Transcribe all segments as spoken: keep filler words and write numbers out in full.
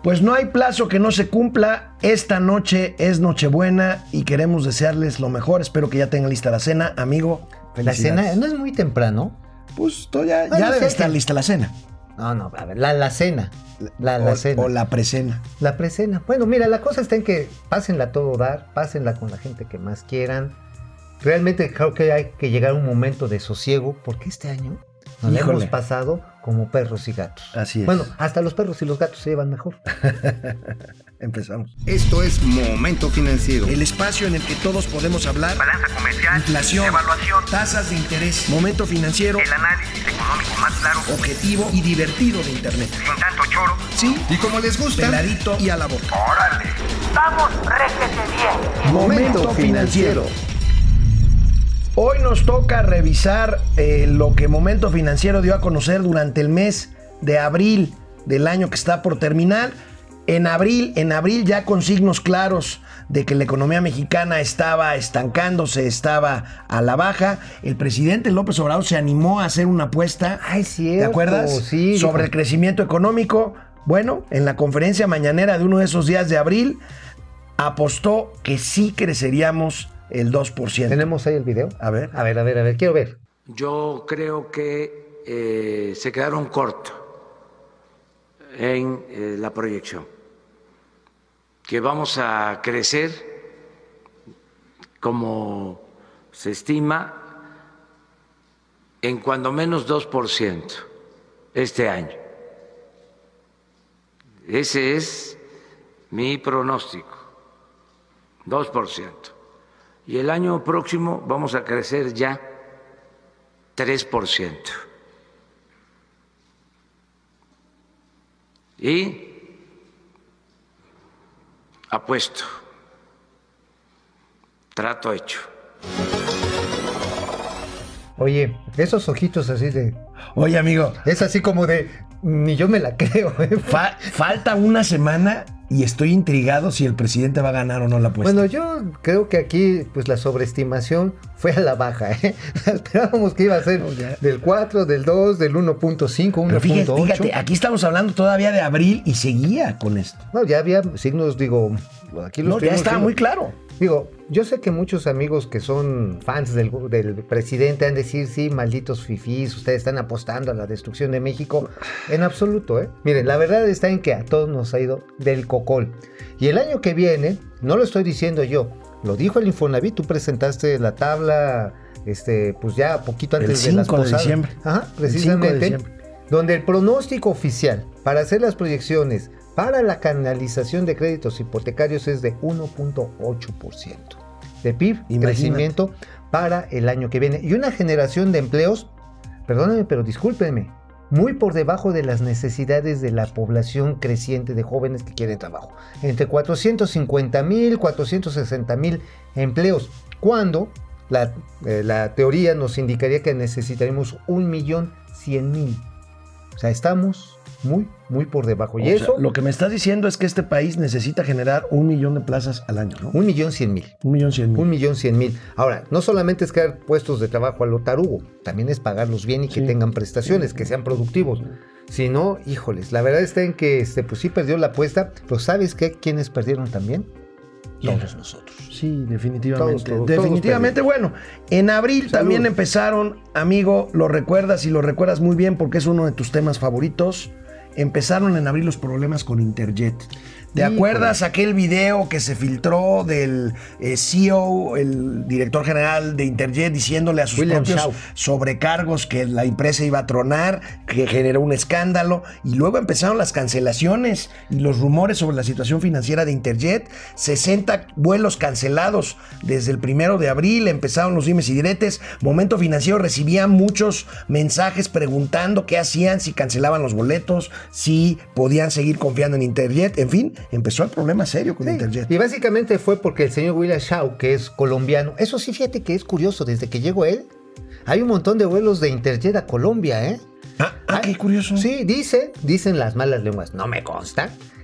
Pues no hay plazo que no se cumpla. Esta noche es Nochebuena y queremos desearles lo mejor. Espero que ya tengan lista la cena, amigo. La cena no es muy temprano. Pues ya, Bueno, ya sí, debe estar que... lista la cena. No, no, a ver, la, la cena. La, la o, cena. o la precena. La precena. Bueno, mira, la cosa está en que pásenla a todo dar, pásenla con la gente que más quieran. Realmente creo que hay que llegar a un momento de sosiego, porque este año nos la hemos pasado como perros y gatos. Así es. Bueno, hasta los perros y los gatos se llevan mejor. Empezamos. Esto es Momento Financiero. El espacio en el que todos podemos hablar. Balanza comercial. Inflación. Evaluación. Tasas de interés. Momento Financiero. El análisis económico más claro. Objetivo y divertido de Internet. Sin tanto choro. Sí. Y como les gusta, peladito y a la boca. ¡Órale! ¡Vamos, réjete bien! Momento Financiero. Hoy nos toca revisar eh, lo que Momento Financiero dio a conocer durante el mes de abril del año que está por terminar. En abril, en abril ya con signos claros de que la economía mexicana estaba estancándose, estaba a la baja. El presidente López Obrador se animó a hacer una apuesta. Ay, cierto, ¿te acuerdas? Sí. Sobre el crecimiento económico. Bueno, en la conferencia mañanera de uno de esos días de abril, apostó que sí creceríamos el dos por ciento. ¿Tenemos ahí el video? A ver. A ver, a ver, a ver, quiero ver. Yo creo que eh, se quedaron cortos en eh, la proyección, que vamos a crecer como se estima en cuando menos dos por ciento este año. Ese es mi pronóstico, dos por ciento. Y el año próximo vamos a crecer ya tres por ciento. Y apuesto, trato hecho. Oye, esos ojitos así de... Oye, amigo. Es así como de... Ni yo me la creo. ¿eh? Fa- falta una semana y estoy intrigado si el presidente va a ganar o no la apuesta. Bueno, yo creo que aquí pues la sobreestimación fue a la baja. ¿eh? Esperábamos que iba a ser no, del cuatro, del dos, del uno punto cinco, uno punto ocho. Fíjate, fíjate, aquí estamos hablando todavía de abril y seguía con esto. No, ya había signos, digo... Aquí los no, ya estaba muy claro. Digo, yo sé que muchos amigos que son fans del, del presidente han de decir, sí, malditos fifís, ustedes están apostando a la destrucción de México. En absoluto, ¿eh? Miren, la verdad está en que a todos nos ha ido del cocol. Y el año que viene, no lo estoy diciendo yo, lo dijo el Infonavit, tú presentaste la tabla, este, pues ya poquito antes de las posadas. El cinco de diciembre. Ajá, precisamente. El cinco de diciembre. Donde el pronóstico oficial para hacer las proyecciones para la canalización de créditos hipotecarios es de uno punto ocho por ciento de P I B, Imagínate. Crecimiento para el año que viene. Y una generación de empleos, perdónenme, pero discúlpenme, muy por debajo de las necesidades de la población creciente de jóvenes que quieren trabajo. Entre cuatrocientos cincuenta mil, cuatrocientos sesenta mil empleos, cuando la, eh, la teoría nos indicaría que necesitaremos un millón cien mil. O sea, estamos muy, muy por debajo. Y o eso... sea, lo que me estás diciendo es que este país necesita generar un millón de plazas al año, ¿no? Un millón cien mil. Un millón cien mil. Un millón cien mil. Ahora, no solamente es crear puestos de trabajo a lo tarugo, también es pagarlos bien y que sí. tengan prestaciones, sí. que sean productivos. Si no, híjoles, la verdad está en que este, pues sí perdió la apuesta, pero ¿sabes qué? ¿Quiénes perdieron también? Todos nosotros. Sí, definitivamente. Todos, todos, definitivamente, todos bueno, en abril Salud. También empezaron, amigo, lo recuerdas y lo recuerdas muy bien porque es uno de tus temas favoritos. Empezaron en abril los problemas con Interjet. ¿Te Híjole. acuerdas aquel video que se filtró del eh, C E O, el director general de Interjet, diciéndole a sus William propios Shaw. sobrecargos que la empresa iba a tronar, que generó un escándalo? Y luego empezaron las cancelaciones y los rumores sobre la situación financiera de Interjet. sesenta vuelos cancelados desde el primero de abril. Empezaron los dimes y diretes. Momento Financiero recibía muchos mensajes preguntando qué hacían, si cancelaban los boletos, si podían seguir confiando en Interjet. En fin, empezó el problema serio con sí, Interjet. Y básicamente fue porque el señor William Shaw, que es colombiano, eso sí, fíjate que es curioso, desde que llegó él, hay un montón de vuelos de Interjet a Colombia, ¿eh? Ah, ah qué curioso. Sí, dice, dicen las malas lenguas, no me consta,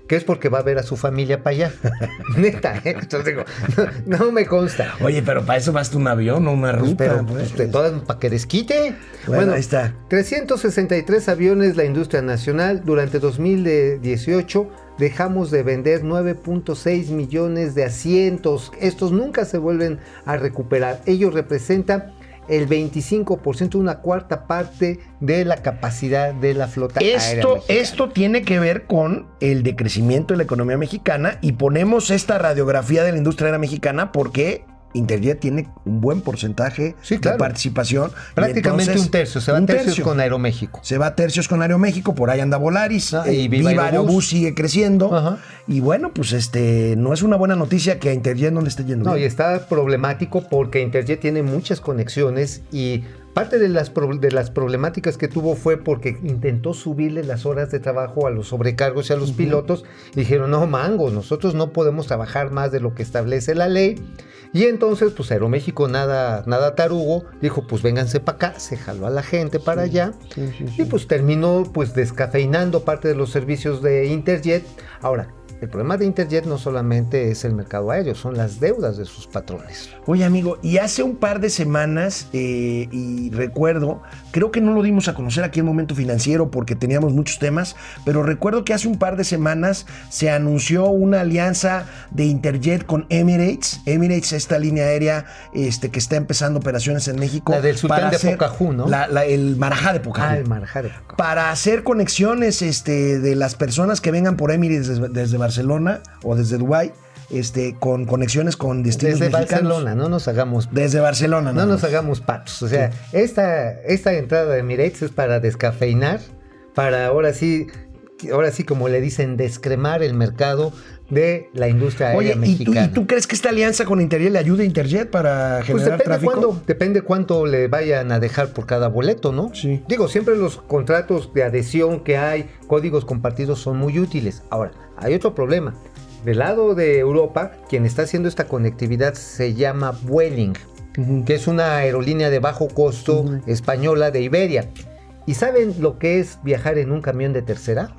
que es porque va a ver a su familia para allá. Neta, ¿eh? Entonces digo, no, no me consta. Oye, pero para eso vas tú un avión o una ruta. Pero pues. pues, de todas, para que desquite. Bueno, Bueno, ahí está. trescientos sesenta y tres aviones la industria nacional. Durante dos mil dieciocho dejamos de vender nueve punto seis millones de asientos. Estos nunca se vuelven a recuperar. Ellos representan el veinticinco por ciento, una cuarta parte de la capacidad de la flota aérea Esto, mexicana. esto tiene que ver con el decrecimiento de la economía mexicana y ponemos esta radiografía de la industria aérea mexicana porque Interjet tiene un buen porcentaje Sí, claro. de participación. Prácticamente Entonces, un tercio, se va a un tercios tercio. con Aeroméxico. Se va a tercios con Aeroméxico, por ahí anda Volaris, Ah, eh, y Viva Viva Aerobús. Aerobús sigue creciendo. Ajá. Y bueno, pues este no es una buena noticia que a Interjet no le esté yendo No, y bien. está problemático porque Interjet tiene muchas conexiones y parte de las, pro- de las problemáticas que tuvo fue porque intentó subirle las horas de trabajo a los sobrecargos y a los pilotos y dijeron, no, mango, nosotros no podemos trabajar más de lo que establece la ley. Y entonces, pues Aeroméxico, nada, nada tarugo, dijo, pues vénganse para acá, se jaló a la gente para allá Sí, sí, sí. y pues terminó pues descafeinando parte de los servicios de Interjet. Ahora, el problema de Interjet no solamente es el mercado aéreo, son las deudas de sus patrones. Oye, amigo, y hace un par de semanas, eh, y recuerdo, creo que no lo dimos a conocer aquí en Momento Financiero porque teníamos muchos temas, pero recuerdo que hace un par de semanas se anunció una alianza de Interjet con Emirates. Emirates, esta línea aérea este, que está empezando operaciones en México. La del Sultán para de hacer- Pocahú, ¿no? la- la- el Marajá de Pocahú. Ah, el Marajá de Pocahú. Para hacer conexiones este, de las personas que vengan por Emirates desde, desde Barcelona o desde Dubái, este, con conexiones con destinos Desde mexicanos. Barcelona, no nos hagamos Desde Barcelona, no nada nos más. hagamos patos. O sea, esta, esta entrada de Emirates es para descafeinar, para ahora sí, ahora sí como le dicen, descremar el mercado de la industria aérea Oye, ¿y tú, mexicana. ¿y tú crees que esta alianza con Interjet le ayude a Interjet para Pues generar depende tráfico? cuánto, depende cuánto le vayan a dejar por cada boleto, ¿no? Sí. Digo, siempre los contratos de adhesión que hay, códigos compartidos son muy útiles. Ahora, hay otro problema. Del lado de Europa, quien está haciendo esta conectividad se llama Vueling, Ujú. que es una aerolínea de bajo costo Ujú. española de Iberia. ¿Y saben lo que es viajar en un camión de tercera?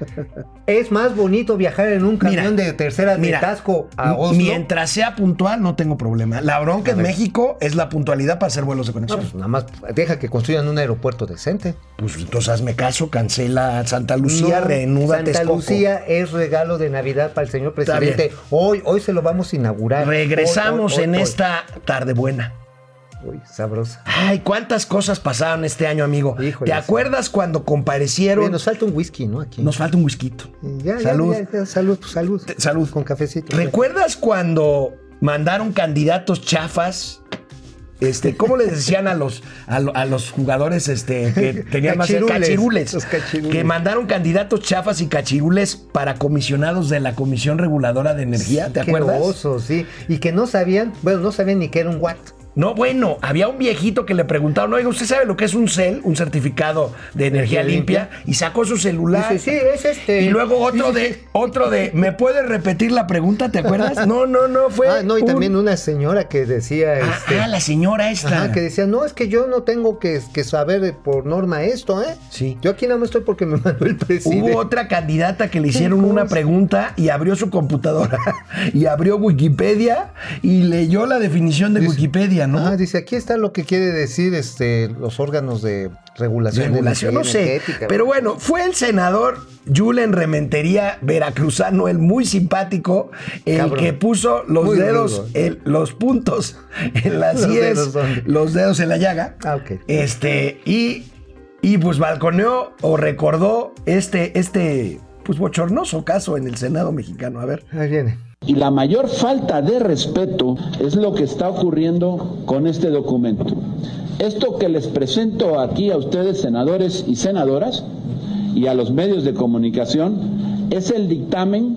Es más bonito viajar en un camión Mira, de tercera de Mira, Tasco a Oslo. mientras sea puntual, no tengo problema. La bronca A en ver. México es la puntualidad para hacer vuelos de No, conexión. pues nada más deja que construyan un aeropuerto decente. Pues entonces hazme caso, cancela Santa Lucía, No, reanuda Santa Texcoco. Lucía es regalo de Navidad para el señor Está presidente. bien. Hoy, hoy se lo vamos a inaugurar. Regresamos Hoy, hoy, en hoy, esta tarde buena. hoy. Uy, sabrosa. Ay, cuántas cosas pasaron este año, amigo. Híjole, ¿Te acuerdas cuando comparecieron? Oye, nos falta un whisky, ¿no? Aquí. Nos falta un whisky. Ya, ya, Salud. ya, ya, salud, pues, salud. Te- salud. Con cafecito. ¿Recuerdas cuando mandaron candidatos chafas? Este, ¿cómo les decían a los, a, lo- a los jugadores este, que tenían más Cachirules. cachirules? Los cachirules. Que mandaron candidatos chafas y cachirules para comisionados de la Comisión Reguladora de Energía, ¿te Qué acuerdas? oso, sí. Y que no sabían, bueno, no sabían ni qué era un watt. No, bueno, había un viejito que le preguntaron, oiga, ¿usted sabe lo que es un C E L, un certificado de energía, Energía limpia? limpia. Y sacó su celular. Dice, sí, es este. Y luego otro de, otro de, ¿me puedes repetir la pregunta? ¿Te acuerdas? No, no, no, fue. Ah, no, y un- también una señora que decía, Ah, este. ah, la señora esta. Ajá, que decía, no, es que yo no tengo que, que saber por norma esto, ¿eh? Sí. Yo aquí nada más estoy porque me mandó el presidente. Hubo otra candidata que le hicieron una cosa? pregunta y abrió su computadora y abrió Wikipedia y leyó la definición de Dice- Wikipedia, ¿no? Ah, dice, aquí está lo que quiere decir este los órganos de regulación, Regulación, de no sé. energética. Pero bueno, fue el senador Julen Rementería, veracruzano, el muy simpático, el Cabrón. que puso los Muy dedos, rudo. el- los puntos en las ¿Los diez, dedos dónde? los dedos en la llaga. Ah, ok. Este, y, y pues balconeó o recordó este, este, pues bochornoso caso en el Senado mexicano. A ver. Ahí viene. Y la mayor falta de respeto es lo que está ocurriendo con este documento. Esto que les presento aquí a ustedes, senadores y senadoras, y a los medios de comunicación, es el dictamen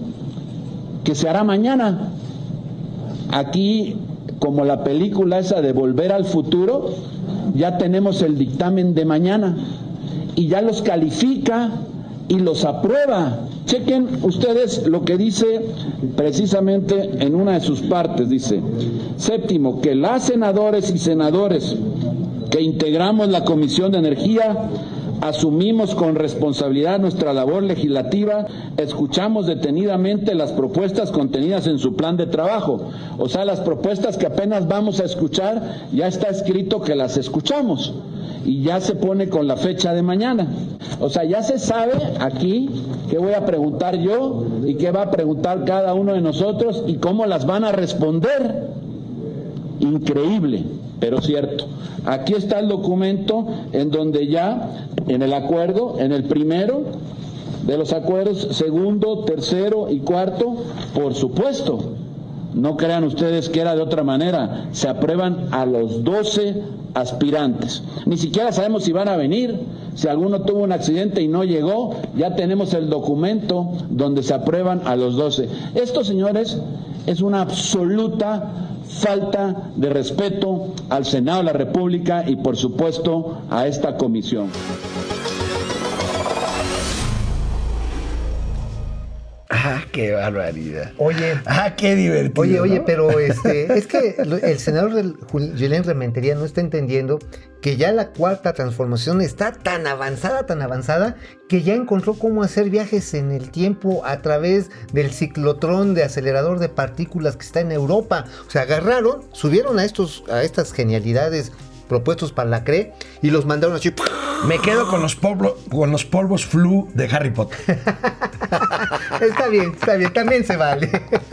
que se hará mañana. Aquí, como la película esa de Volver al Futuro, ya tenemos el dictamen de mañana y ya los califica y los aprueba. Chequen ustedes lo que dice precisamente en una de sus partes. Dice, séptimo, que las senadoras y senadores que integramos la Comisión de Energía asumimos con responsabilidad nuestra labor legislativa, escuchamos detenidamente las propuestas contenidas en su plan de trabajo. O sea, las propuestas que apenas vamos a escuchar, ya está escrito que las escuchamos y ya se pone con la fecha de mañana. O sea, ya se sabe aquí qué voy a preguntar yo y qué va a preguntar cada uno de nosotros y cómo las van a responder. Increíble, pero cierto. Aquí está el documento en donde ya, en el acuerdo, en el primero de los acuerdos, segundo, tercero y cuarto, por supuesto, no crean ustedes que era de otra manera, se aprueban a los doce aspirantes. Ni siquiera sabemos si van a venir, si alguno tuvo un accidente y no llegó, ya tenemos el documento donde se aprueban a los doce. Esto, señores, es una absoluta falta de respeto al Senado de la República y, por supuesto, a esta comisión. Ah, qué barbaridad. Oye. Ah, qué divertido. Oye, oye, ¿no? pero este, es que el senador del Julián Rementería no está entendiendo que ya la cuarta transformación está tan avanzada, tan avanzada, que ya encontró cómo hacer viajes en el tiempo a través del ciclotrón de acelerador de partículas que está en Europa. O sea, agarraron, subieron a estos, a estas genialidades propuestos para la C R E y los mandaron así. Me quedo con los, polvo, con los polvos flu de Harry Potter. Está bien, está bien, también se vale.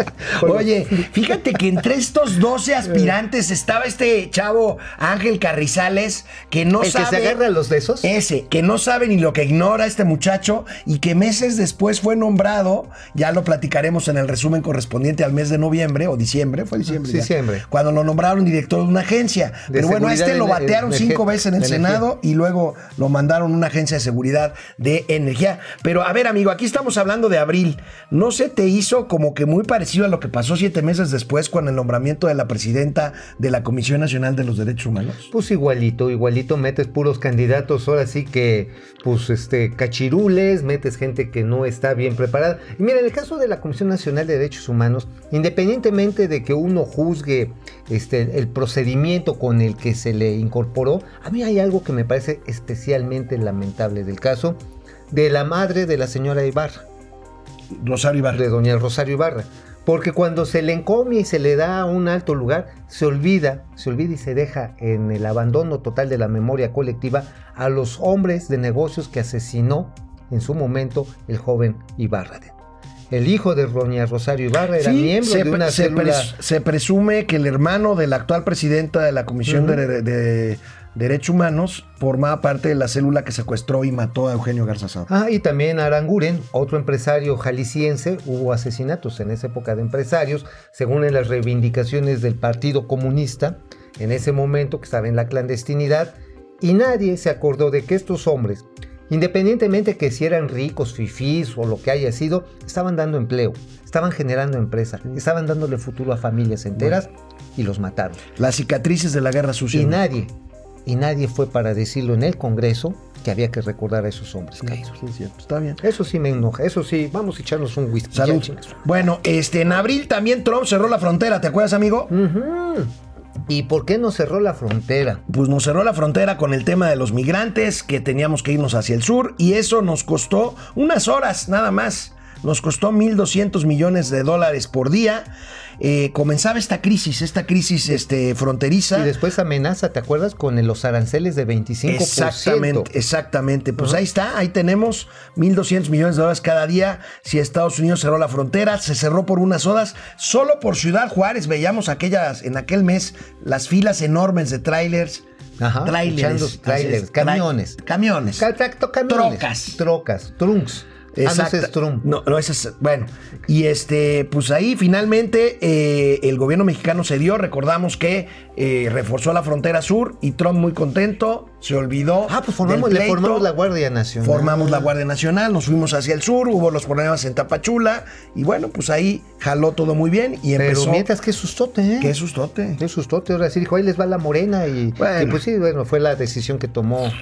Oye, fíjate que entre estos doce aspirantes estaba este chavo Ángel Carrizales, que no ¿El sabe... que se agarra a los de esos? Ese, que no sabe ni lo que ignora este muchacho y que meses después fue nombrado, ya lo platicaremos en el resumen correspondiente al mes de noviembre o diciembre, fue diciembre. Diciembre. Ya, cuando lo nombraron director de una agencia. De Pero bueno, a este lo batearon energía, cinco veces en el energía. Senado y luego lo mandaron a una agencia de seguridad de energía. Pero a ver, amigo, aquí estamos hablando de abril. ¿No se te hizo como que muy parecido a lo que pasó siete meses después con el nombramiento de la presidenta de la Comisión Nacional de los Derechos Humanos? Pues igualito, igualito metes puros candidatos, ahora sí que, pues, este, cachirules, metes gente que no está bien preparada. Y mira, en el caso de la Comisión Nacional de Derechos Humanos, independientemente de que uno juzgue este, el procedimiento con el que se le incorporó, a mí hay algo que me parece especialmente lamentable del caso de la madre de la señora Ibarra. Rosario Ibarra. De doña Rosario Ibarra. Porque cuando se le encomia y se le da un alto lugar, se olvida, se olvida y se deja en el abandono total de la memoria colectiva a los hombres de negocios que asesinó en su momento el joven Ibarra. El hijo de doña Rosario Ibarra era sí, miembro se, de una se, célula... pres, se presume que el hermano de la actual presidenta de la Comisión uh-huh. de, de, de Derechos Humanos formaba parte de la célula que secuestró y mató a Eugenio Garza Sada. Ah, y también Aranguren, otro empresario jalisciense. Hubo asesinatos en esa época de empresarios, según en las reivindicaciones del Partido Comunista, en ese momento que estaba en la clandestinidad, y nadie se acordó de que estos hombres, independientemente que si eran ricos, fifís o lo que haya sido, estaban dando empleo, estaban generando empresa, estaban dándole futuro a familias enteras, bueno, y los mataron. Las cicatrices de la guerra sucia. Y nadie, y nadie fue para decirlo en el Congreso que había que recordar a esos hombres caídos. Sí, sí, está bien. Eso sí me enoja, eso sí, vamos a echarnos un whisky. Salud. Bueno, este, en abril también Trump cerró la frontera, ¿te acuerdas, amigo? Uh-huh. ¿Y por qué nos cerró la frontera? Pues nos cerró la frontera con el tema de los migrantes, que teníamos que irnos hacia el sur, y eso nos costó unas horas nada más. Nos costó mil doscientos millones de dólares por día. Eh, comenzaba esta crisis, esta crisis este, fronteriza. Y después amenaza, ¿te acuerdas? Con los aranceles de veinticinco por ciento. Exactamente, exactamente. Pues uh-huh. ahí está, ahí tenemos mil doscientos millones de dólares cada día. Si Estados Unidos cerró la frontera, se cerró por unas horas. Solo por Ciudad Juárez veíamos aquellas, en aquel mes las filas enormes de trailers. Ajá, trailers, trailers, camiones. Camiones. Tracto, camiones. Trocas. Trocas, trunks. Exacto. Ah, no, ese es Trump. No, no, ese es, bueno, y este, pues ahí finalmente eh, el gobierno mexicano cedió. Recordamos que eh, reforzó la frontera sur y Trump muy contento, se olvidó. Ah, pues formamos, le formamos la Guardia Nacional. Formamos la Guardia Nacional, nos fuimos hacia el sur, hubo los problemas en Tapachula y bueno, pues ahí jaló todo muy bien y empezó. Pero mientras, qué sustote, ¿eh? Qué sustote. Qué sustote, ahora sí dijo, ahí les va la morena y, bueno. y pues sí, bueno, fue la decisión que tomó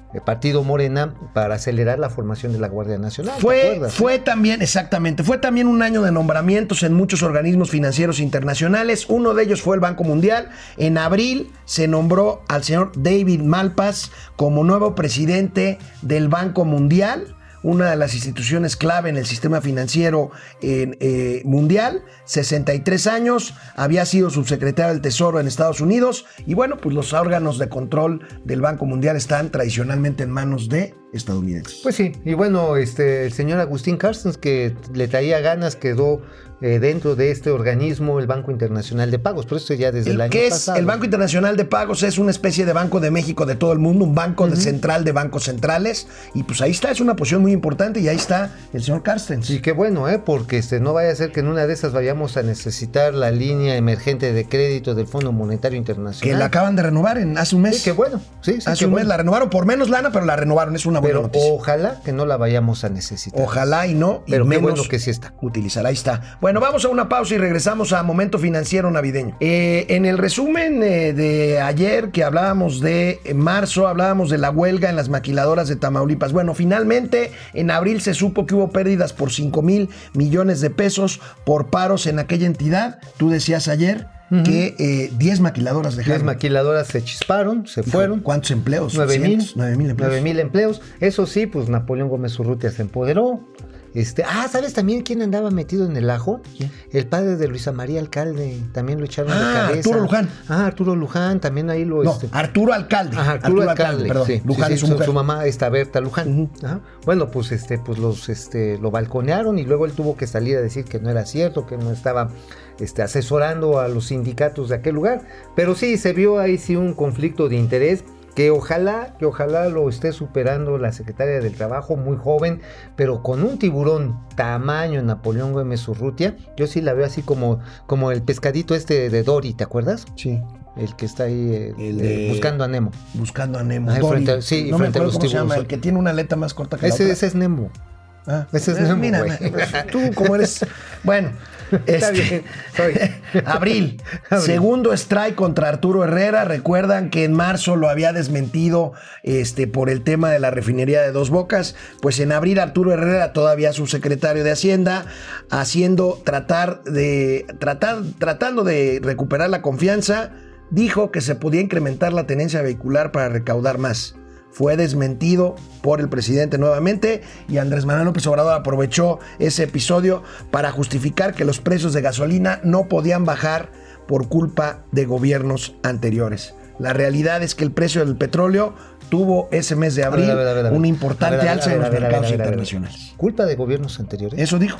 el partido Morena para acelerar la formación de la Guardia Nacional. Fue, fue también, exactamente, fue también un año de nombramientos en muchos organismos financieros internacionales. Uno de ellos fue el Banco Mundial. En abril se nombró al señor David Malpass como nuevo presidente del Banco Mundial, una de las instituciones clave en el sistema financiero eh, eh, mundial. Sesenta y tres años, había sido subsecretario del Tesoro en Estados Unidos, y bueno, pues los órganos de control del Banco Mundial están tradicionalmente en manos de estadounidenses. Pues sí, y bueno, este, el señor Agustín Carstens, que le traía ganas, quedó eh, dentro de este organismo, el Banco Internacional de Pagos, pero esto ya desde el, el año ¿qué pasado. Es el Banco Internacional de Pagos es una especie de Banco de México de todo el mundo, un banco uh-huh. de central de bancos centrales, y pues ahí está, es una posición muy importante, y ahí está el señor Carstens. Y qué bueno, ¿eh? Porque este, no vaya a ser que en una de esas vayamos a necesitar la línea emergente de crédito del Fondo Monetario Internacional. Que la acaban de renovar en, hace un mes. Sí, qué bueno. Sí, sí, hace un bueno. mes la renovaron por menos lana, pero la renovaron, es una buena pero noticia. Ojalá que no la vayamos a necesitar. Ojalá y no, y pero menos qué bueno que sí está. Utilizar, ahí está. Bueno, vamos a una pausa y regresamos a Momento Financiero Navideño. Eh, en el resumen eh, de ayer que hablábamos de en marzo, hablábamos de la huelga en las maquiladoras de Tamaulipas. Bueno, finalmente en abril se supo que hubo pérdidas por cinco mil millones de pesos por paros en aquella entidad. Tú decías ayer Uh-huh. que eh, diez maquiladoras dejaron. diez maquiladoras se chisparon, se fueron. ¿Cuántos empleos? nueve mil empleos. nueve mil empleos. Eso sí, pues Napoleón Gómez Urrutia se empoderó. Este, ah, ¿sabes también quién andaba metido en el ajo? ¿Quién? El padre de Luisa María Alcalde, también lo echaron ah, de cabeza. Arturo Luján. Ah, Arturo Luján, también ahí lo... No, este... Arturo Alcalde. Ajá, Arturo, Arturo Alcalde, Alcalde, perdón. Sí, Luján sí, es su, su, mujer. su mamá está Berta Luján. Uh-huh. Ajá. Bueno, pues este, pues los, este, lo balconearon y luego él tuvo que salir a decir que no era cierto, que no estaba este, asesorando a los sindicatos de aquel lugar. Pero sí, se vio ahí sí un conflicto de interés. Que ojalá, que ojalá lo esté superando la secretaria del Trabajo, muy joven, pero con un tiburón tamaño Napoleón Gómez Urrutia. Yo sí la veo así como, como el pescadito este de Dory, ¿te acuerdas? Sí. El que está ahí eh, el de... buscando a Nemo. Buscando a Nemo. Ay, frente a, sí, no frente me a los cómo se llama, tiburones. el que tiene una aleta más corta que ese, la otra. Ese es Nemo. Ah, ese es eh, Nemo, mira, pues, tú como eres... Bueno... Está Este, bien, soy. Abril, Abril, segundo strike contra Arturo Herrera. Recuerdan que en marzo lo había desmentido este, por el tema de la refinería de Dos Bocas. Pues en abril Arturo Herrera, todavía subsecretario de Hacienda, haciendo tratar de tratar, tratando de recuperar la confianza, dijo que se podía incrementar la tenencia vehicular para recaudar más. Fue desmentido por el presidente nuevamente, y Andrés Manuel López Obrador aprovechó ese episodio para justificar que los precios de gasolina no podían bajar por culpa de gobiernos anteriores. La realidad es que el precio del petróleo tuvo ese mes de abril a ver, a ver, a ver, a ver. una importante a ver, a ver, alza en los mercados internacionales. ¿Culpa de gobiernos anteriores? Eso dijo.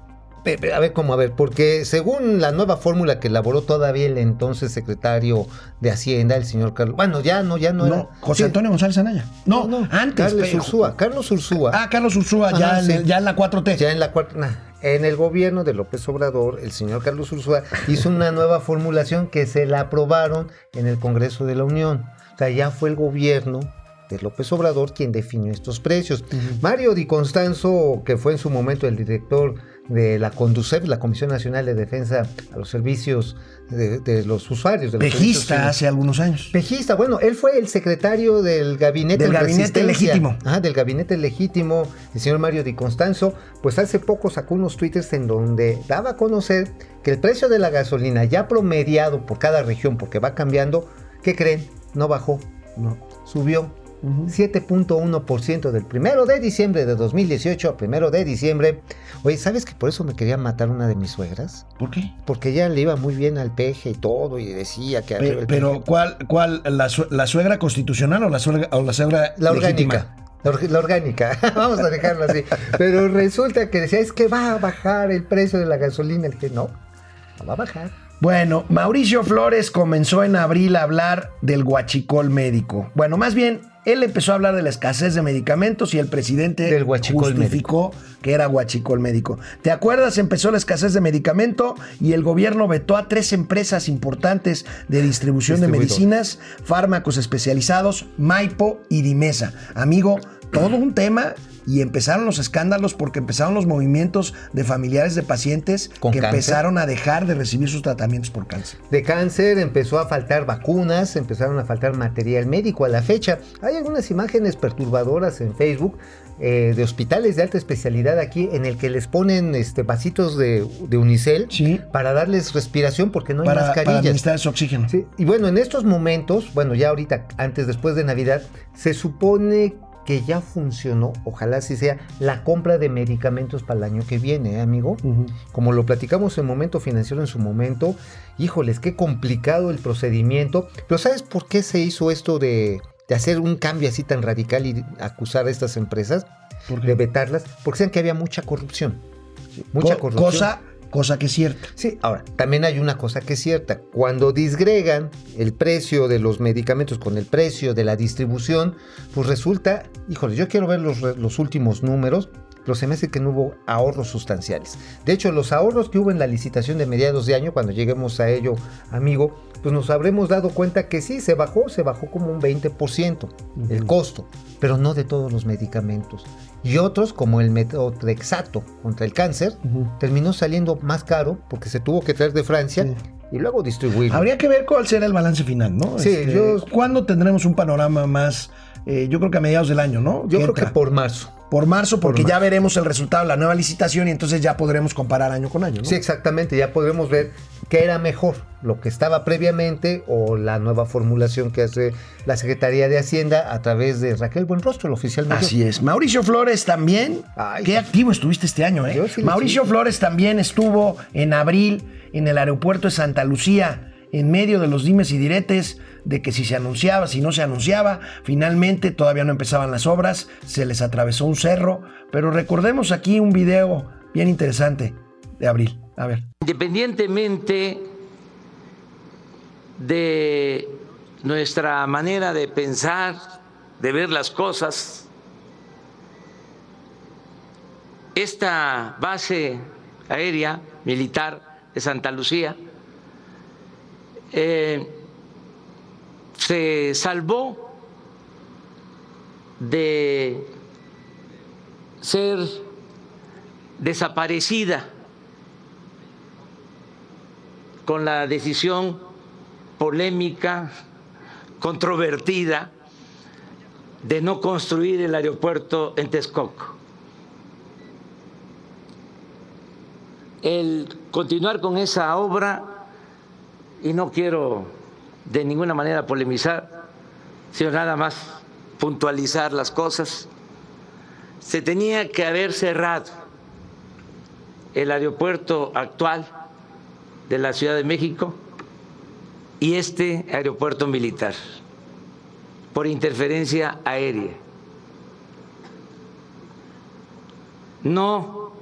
A ver, ¿cómo? A ver, porque según la nueva fórmula que elaboró todavía el entonces secretario de Hacienda, el señor Carlos... Bueno, ya no, ya no, no era... José Antonio sí. González Anaya. No, no, antes. Carlos Ursúa, Carlos Ursúa. Ah, Carlos Ursúa, Ajá, ya, sí. en el, ya en la cuatro T. Ya en la cuatro... Nah. En el gobierno de López Obrador, el señor Carlos Ursúa hizo una nueva formulación que se la aprobaron en el Congreso de la Unión. O sea, ya fue el gobierno de López Obrador quien definió estos precios. Uh-huh. Mario Di Constanzo, que fue en su momento el director de la CONDUCEF, la Comisión Nacional de Defensa a los Servicios de, de los Usuarios. De los Pejista hace algunos años. Pejista, bueno, él fue el secretario del Gabinete Del Gabinete Legítimo. Ah, del Gabinete Legítimo, el señor Mario Di Constanzo, pues hace poco sacó unos twitters en donde daba a conocer que el precio de la gasolina, ya promediado por cada región, porque va cambiando, ¿qué creen? No bajó, no, subió. Uh-huh. siete punto uno por ciento del primero de diciembre de dos mil dieciocho a primero de diciembre. Oye, ¿sabes que por eso me quería matar una de mis suegras? ¿Por qué? Porque ella le iba muy bien al peje y todo, y decía que... Pero, pero ¿cuál, cuál la, su, la suegra constitucional o la suegra, o la suegra la legítima? Orgánica. La, la orgánica, vamos a dejarlo así. Pero resulta que decía, es que va a bajar el precio de la gasolina. Le dije, no, no va a bajar. Bueno, Mauricio Flores comenzó en abril a hablar del huachicol médico. Bueno, más bien, él empezó a hablar de la escasez de medicamentos y el presidente del justificó médico. que era huachicol médico. ¿Te acuerdas? Empezó la escasez de medicamento y el gobierno vetó a tres empresas importantes de distribución de medicinas, fármacos especializados, Maipo y Dimesa. Amigo, todo un tema. Y empezaron los escándalos porque empezaron los movimientos de familiares de pacientes ¿Con que cáncer? empezaron a dejar de recibir sus tratamientos por cáncer. De cáncer empezó a faltar vacunas, empezaron a faltar material médico a la fecha. Hay algunas imágenes perturbadoras en Facebook eh, de hospitales de alta especialidad aquí en el que les ponen este, vasitos de, de unicel Sí. para darles respiración porque no hay Para, para mascarillas. administrar ese oxígeno. Sí, y bueno, en estos momentos, bueno, ya ahorita, antes, después de Navidad, se supone que ya funcionó, ojalá así sea, la compra de medicamentos para el año que viene, ¿eh, amigo? Uh-huh. Como lo platicamos en Momento Financiero en su momento, híjoles, qué complicado el procedimiento. Pero ¿sabes por qué se hizo esto de, de hacer un cambio así tan radical y acusar a estas empresas? ¿Por qué? De vetarlas, porque saben que había mucha corrupción. Mucha Co- corrupción. Cosa, cosa que es cierta. Sí, ahora, también hay una cosa que es cierta. Cuando disgregan el precio de los medicamentos con el precio de la distribución, pues resulta, híjole, yo quiero ver los, los últimos números, pero se me hace que no hubo ahorros sustanciales. De hecho, los ahorros que hubo en la licitación de mediados de año, cuando lleguemos a ello, amigo, pues nos habremos dado cuenta que sí, se bajó, se bajó como un veinte por ciento uh-huh. el costo, pero no de todos los medicamentos. Y otros, como el metotrexato contra el cáncer, uh-huh. terminó saliendo más caro porque se tuvo que traer de Francia sí. y luego distribuirlo. Habría que ver cuál será el balance final, ¿no? Sí, este, yo... ¿Cuándo tendremos un panorama más? Eh, yo creo que a mediados del año, ¿no? Yo creo entra? que por marzo. Por marzo, porque por ya marzo. veremos el resultado de la nueva licitación y entonces ya podremos comparar año con año, ¿no? Sí, exactamente, ya podremos ver qué era mejor, lo que estaba previamente o la nueva formulación que hace la Secretaría de Hacienda a través de Raquel Buenrostro, el oficial mayor. Así es. Mauricio Flores también. Ay, qué activo estuviste este año, ¿eh? Sí Mauricio Flores también estuvo en abril en el aeropuerto de Santa Lucía, en medio de los dimes y diretes de que si se anunciaba, si no se anunciaba, finalmente todavía no empezaban las obras, se les atravesó un cerro, pero recordemos aquí un video bien interesante de abril. A ver. Independientemente de nuestra manera de pensar, de ver las cosas, esta base aérea militar de Santa Lucía eh, se salvó de ser desaparecida con la decisión polémica, controvertida, de no construir el aeropuerto en Texcoco. El continuar con esa obra, y no quiero de ninguna manera polemizar, sino nada más puntualizar las cosas, se tenía que haber cerrado el aeropuerto actual de la Ciudad de México y este aeropuerto militar por interferencia aérea. No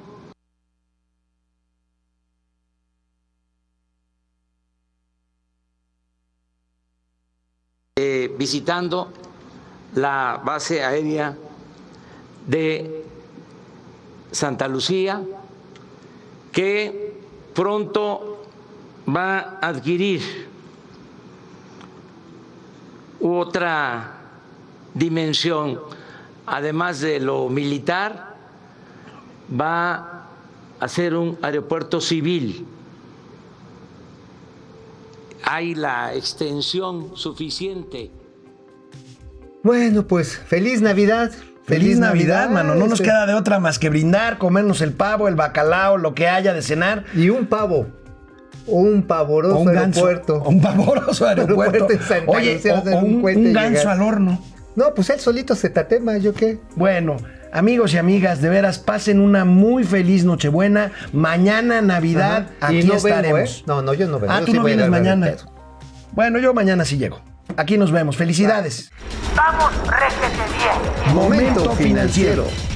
eh, visitando la base aérea de Santa Lucía, que pronto va a adquirir otra dimensión, además de lo militar, va a ser un aeropuerto civil. Hay la extensión suficiente. Bueno, pues feliz Navidad. Feliz Navidad, mano. No nos queda de otra más que brindar, comernos el pavo, el bacalao, lo que haya de cenar. Y un pavo. Un pavoroso un ganso, aeropuerto. Un pavoroso aeropuerto. aeropuerto Oye, o, o un, un, un ganso al horno. No, pues él solito se tatema, ¿yo qué? Bueno, amigos y amigas, de veras, pasen una muy feliz Nochebuena. Mañana, Navidad, Ajá. aquí y no estaremos. Vengo, ¿eh? No, no, yo no vengo. Ah, yo tú sí no voy vienes a mañana. Bueno, yo mañana sí llego. Aquí nos vemos. Felicidades. Vamos, réjete bien. Momento financiero.